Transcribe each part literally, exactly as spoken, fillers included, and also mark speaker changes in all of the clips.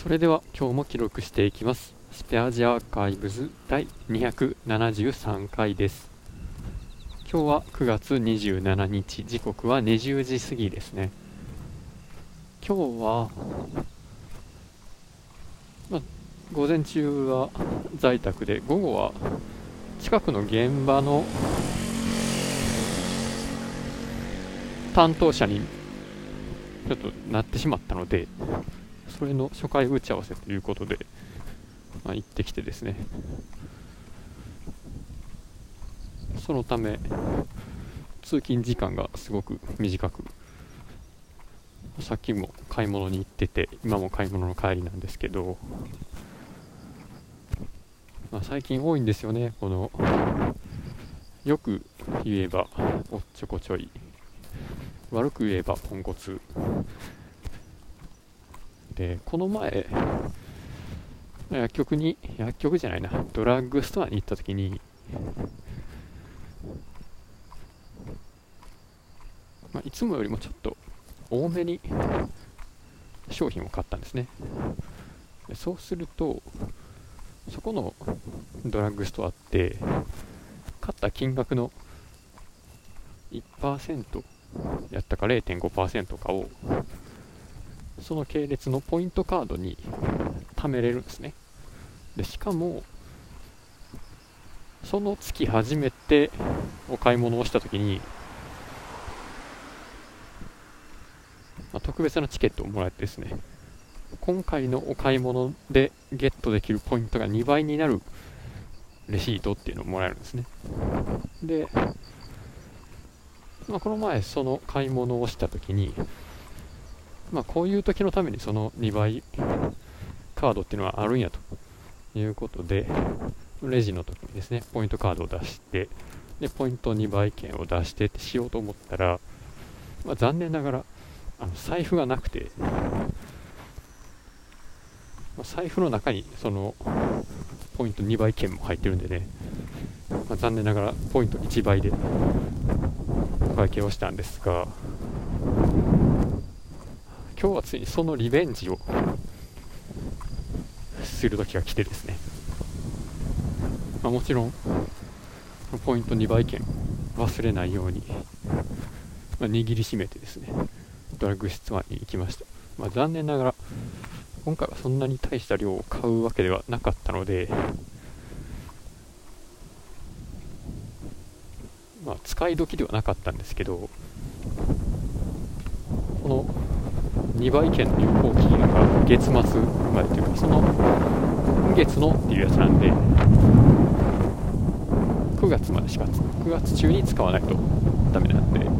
Speaker 1: それでは今日も記録していきます。スペアジアーカイブズだいにひゃくななじゅうさんかいです。今日はくがつにじゅうしちにち、時刻はにじゅうじ過ぎですね。今日は、まあ、午前中は在宅で、午後は近くの現場の担当者にちょっとなってしまったので、それの初回打ち合わせということで、まあ、行ってきてですね、そのため通勤時間がすごく短く、さっきも買い物に行ってて、今も買い物の帰りなんですけど、まあ、最近多いんですよね。このよく言えばおっちょこちょい、悪く言えばポンコツで、この前薬局に薬局じゃないなドラッグストアに行った時に、まあ、いつもよりもちょっと多めに商品を買ったんですね。でそうすると、そこのドラッグストアって買った金額の いちパーセント やったか れいてんごパーセント かをその系列のポイントカードに貯めれるんですね。でしかもその月初めてお買い物をしたときに、まあ、特別なチケットをもらってですね、今回のお買い物でゲットできるポイントがにばいになるレシートっていうのをもらえるんですね。で、まあ、この前その買い物をしたときに、まあ、こういう時のためにそのにばいカードっていうのはあるんやということで、レジの時にですね、ポイントカードを出して、でポイントにばい券を出してってしようと思ったら、まあ、残念ながらあの財布がなくて、まあ、財布の中にそのポイントにばい券も入ってるんでね、まあ、残念ながらポイントいちばいでお会計をしたんですが、今日はついにそのリベンジをする時が来てですね、まあ、もちろんポイントにばい券忘れないように、まあ、握りしめてですね、ドラッグストアに行きました。まあ、残念ながら今回はそんなに大した量を買うわけではなかったので、まあ、使い時ではなかったんですけど、このにばい券の有効期限が月末までというか、その今月のっていうやつなんでくがつまでしか、くがつ中に使わないとダメなんで、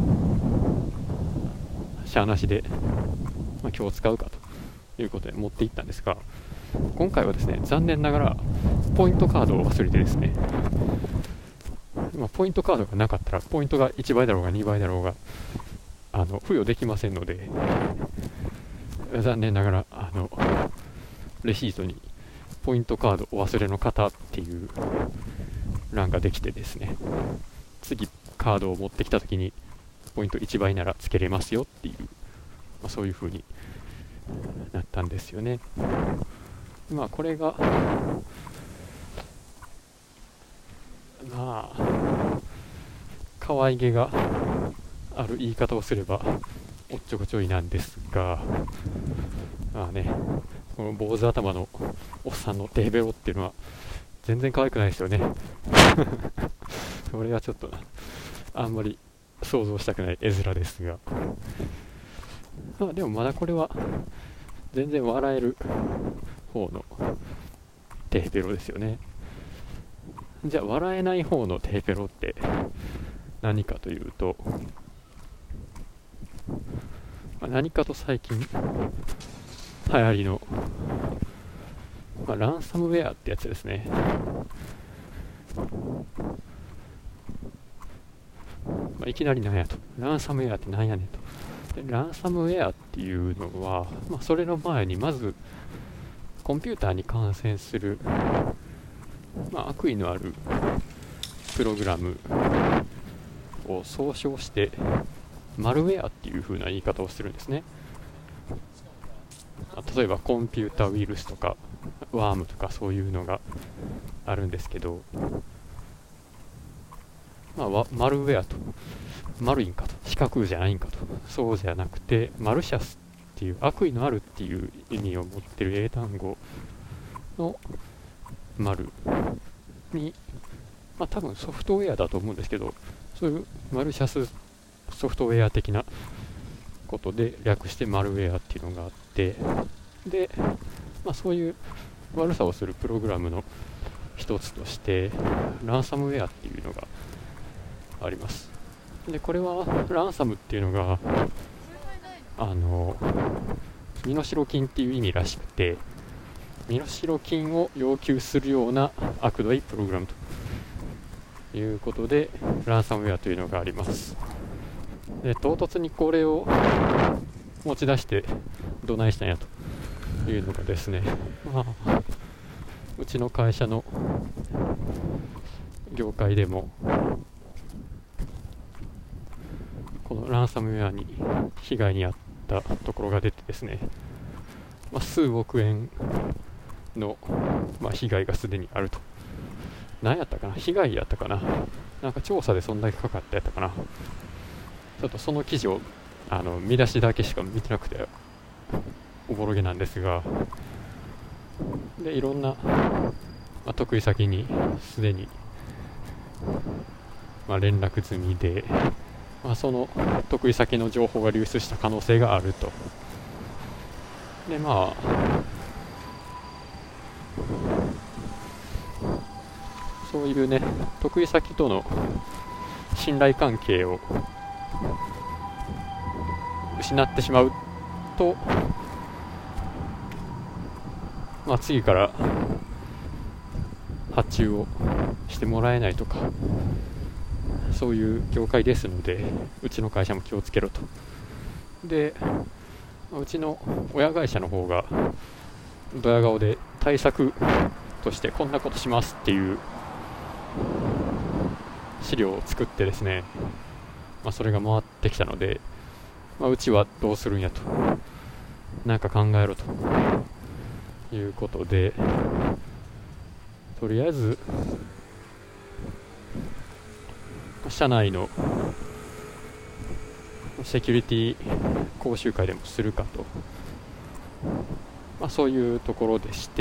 Speaker 1: しゃあなしで、まあ、今日使うかということで持っていったんですが、今回はですね、残念ながらポイントカードを忘れてですね、まあ、ポイントカードがなかったらポイントがいちばいだろうがにばいだろうがあの付与できませんので、残念ながらあのレシートにポイントカードお忘れの方っていう欄ができてですね、次カードを持ってきた時にポイントいちばいならつけれますよっていう、まあ、そういう風になったんですよね。まあこれがまあ可愛げがある言い方をすればおっちょこちょいなんですが、まあね、この坊主頭のおっさんのテーベロっていうのは全然可愛くないですよね。それはちょっとあんまり想像したくない絵面ですが、まあ、でもまだこれは全然笑える方のテーペロですよね。じゃあ笑えない方のテーペロって何かというと、まあ、何かと最近流行りの、まあ、ランサムウェアってやつですね。まあ、いきなりなんやと、ランサムウェアってなんやねんと。でランサムウェアっていうのは、まあ、それの前にまずコンピューターに感染する、まあ、悪意のあるプログラムを総称してマルウェアっていう風な言い方をするんですね。 例えばコンピューターウイルスとかワームとかそういうのがあるんですけど、まあ、マルウェアとマルインかと、四角じゃないんかと、そうじゃなくてマルシャスっていう悪意のあるっていう意味を持ってる英単語のマルに、まあ多分ソフトウェアだと思うんですけど、そういうマルシャスソフトウェア的なことで略してマルウェアっていうのがあって、で、まあ、そういう悪さをするプログラムの一つとしてランサムウェアっていうのがあります。でこれはランサムっていうのがあの身代金っていう意味らしくて、身代金を要求するような悪どいプログラムということでランサムウェアというのがあります。で唐突にこれを持ち出してどないしたんやというのがですね、まあ、うちの会社の業界でもこのランサムウェアに被害に遭ったところが出てですね、まあ、数億円の、まあ、被害がすでにあると。何やったかな、被害やったかな、なんか調査でそんだけかかったやったかな。ちょっとその記事をあの見出しだけしか見てなくておぼろげなんですが、でいろんな、まあ、得意先にすでに、まあ、連絡済みで、まあ、その得意先の情報が流出した可能性があると。でまあそういうね得意先との信頼関係を失ってしまうと、まあ、次から発注をしてもらえないとか、そういう業界ですのでうちの会社も気をつけろと。でうちの親会社の方がドヤ顔で対策としてこんなことしますっていう資料を作ってですね、まあ、それが回ってきたので、まあ、うちはどうするんやと、なんか考えろということで、とりあえず社内のセキュリティ講習会でもするかと、まあ、そういうところでして、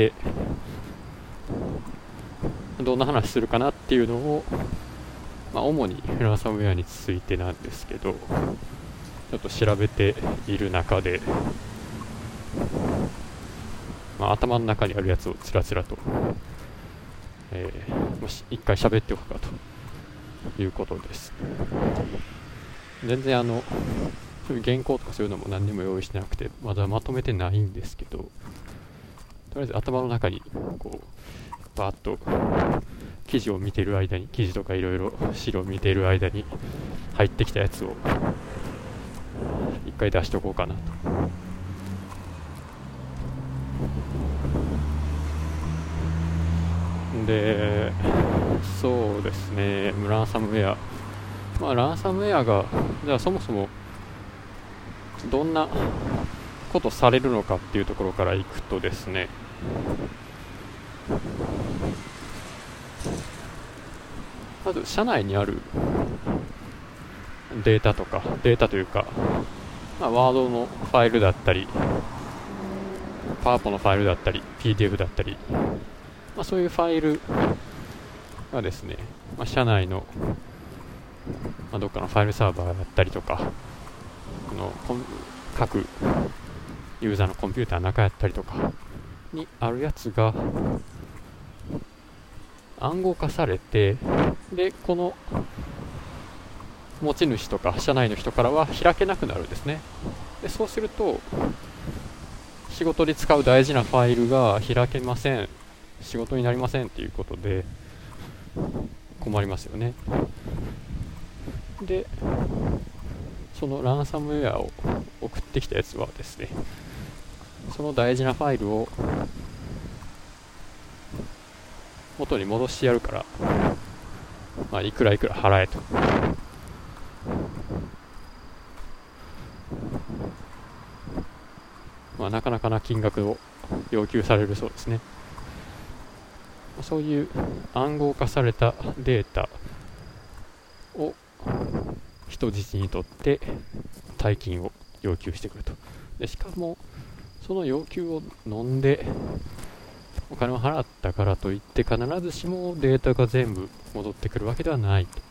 Speaker 1: どんな話するかなっていうのを、まあ、主にランサムウェアについてなんですけど、ちょっと調べている中で、まあ、頭の中にあるやつをつらつらと、えー、もし一回喋っておくかということです。全然あのそういう原稿とかそういうのも何にも用意してなくてまだまとめてないんですけど、とりあえず頭の中にこうバーッと記事を見ている間に、記事とかいろいろ資料を見ている間に入ってきたやつを一回出しておこうかなと。でそうですね、ランサムウェア、まあ、ランサムウェアがじゃあそもそもどんなことされるのかっていうところからいくとですね、まず社内にあるデータとか、データというか、まあ、ワードのファイルだったり、パワポのファイルだったり、ピーディーエフ だったり、まあ、そういうファイルがですね、まあ、社内の、まあ、どっかのファイルサーバーだったりとか、この各ユーザーのコンピューターの中やったりとかにあるやつが暗号化されて、でこの持ち主とか社内の人からは開けなくなるんですね。でそうすると仕事で使う大事なファイルが開けません、仕事になりませんっていうことで困りますよね。でそのランサムウェアを送ってきたやつはですね、その大事なファイルを元に戻してやるから、まあ、いくらいくら払えと。ままあ、なかなかな金額を要求されるそうですね。そういう暗号化されたデータを人質にとって大金を要求してくると。でしかもその要求を飲んでお金を払ったからといって必ずしもデータが全部戻ってくるわけではないと。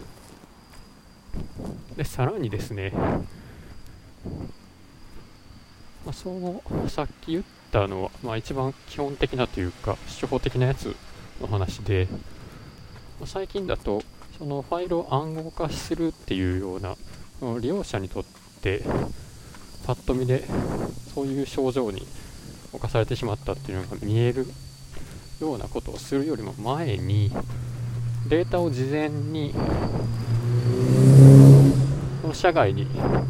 Speaker 1: でさらにですね、まあ、そのさっき言ったのは、まあ、一番基本的なというか初歩的なやつの話で、まあ、最近だとそのファイルを暗号化するっていうような利用者にとってパッと見でそういう症状に侵されてしまったっていうのが見えるようなことをするよりも前にデータを事前にこの社外に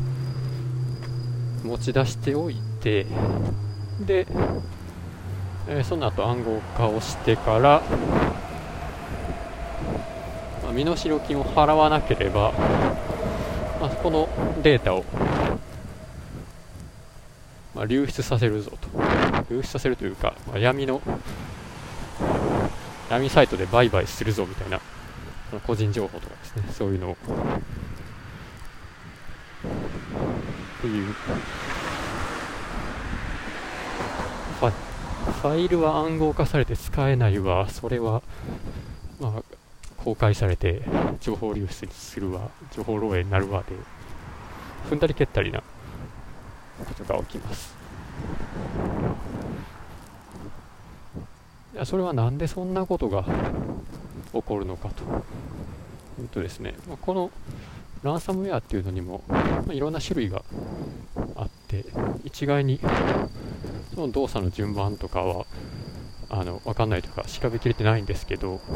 Speaker 1: 持ち出しておいて、で、えー、その後暗号化をしてから、まあ、身代金を払わなければ、まあ、このデータを、まあ、流出させるぞと流出させるというか、まあ、闇の闇サイトで売買するぞみたいな個人情報とかですね、そういうのをっていうファ、ファイルは暗号化されて使えないわ、それはまあ公開されて情報流出するわ、情報漏洩になるわで踏んだり蹴ったりなことが起きます。いやそれはなんでそんなことが起こるのかというとですね、まあ、このランサムウェアっていうのにも、まあ、いろんな種類があって一概にその動作の順番とかはあの分かんないとか調べきれてないんですけど、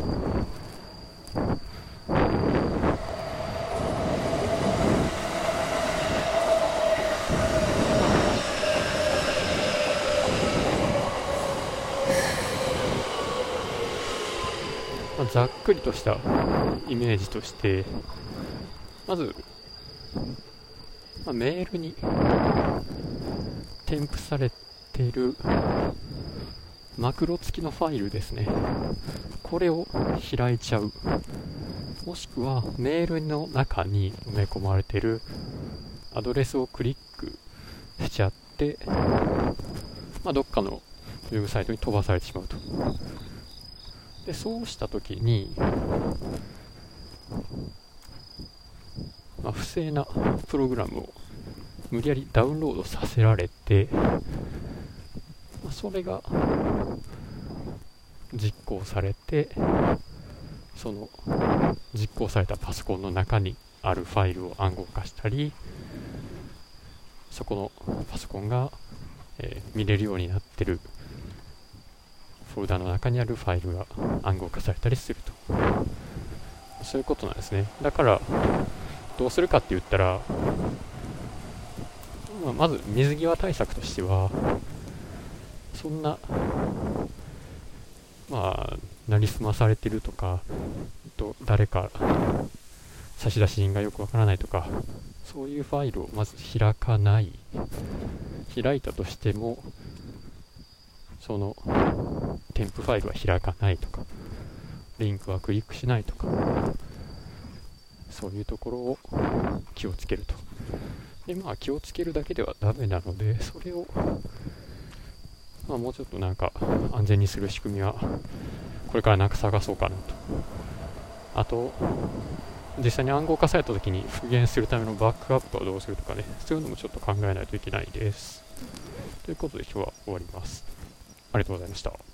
Speaker 1: まあ、ざっくりとしたイメージとしてまず、まあ、メールに添付されているマクロ付きのファイルですね、これを開いちゃう、もしくはメールの中に埋め込まれているアドレスをクリックしちゃって、まあ、どっかのウェブサイトに飛ばされてしまうと。でそうしたときに、まあ、不正なプログラムを無理やりダウンロードさせられて、まあ、それが実行されて、その実行されたパソコンの中にあるファイルを暗号化したり、そこのパソコンが、えー、見れるようになっているフォルダの中にあるファイルが暗号化されたりすると、そういうことなんですね。だからどうするかって言ったら、まあ、まず水際対策としてはそんなまあなりすまされてるとかと誰か差出人がよくわからないとか、そういうファイルをまず開かない、開いたとしてもその添付ファイルは開かないとか、リンクはクリックしないとか、そういうところを気をつけると。でまあ気をつけるだけではダメなので、それを、まあ、もうちょっとなんか安全にする仕組みはこれからなんか探そうかなと。あと実際に暗号化された時に復元するためのバックアップはどうするとかね、そういうのもちょっと考えないといけないです。ということで今日は終わります。ありがとうございました。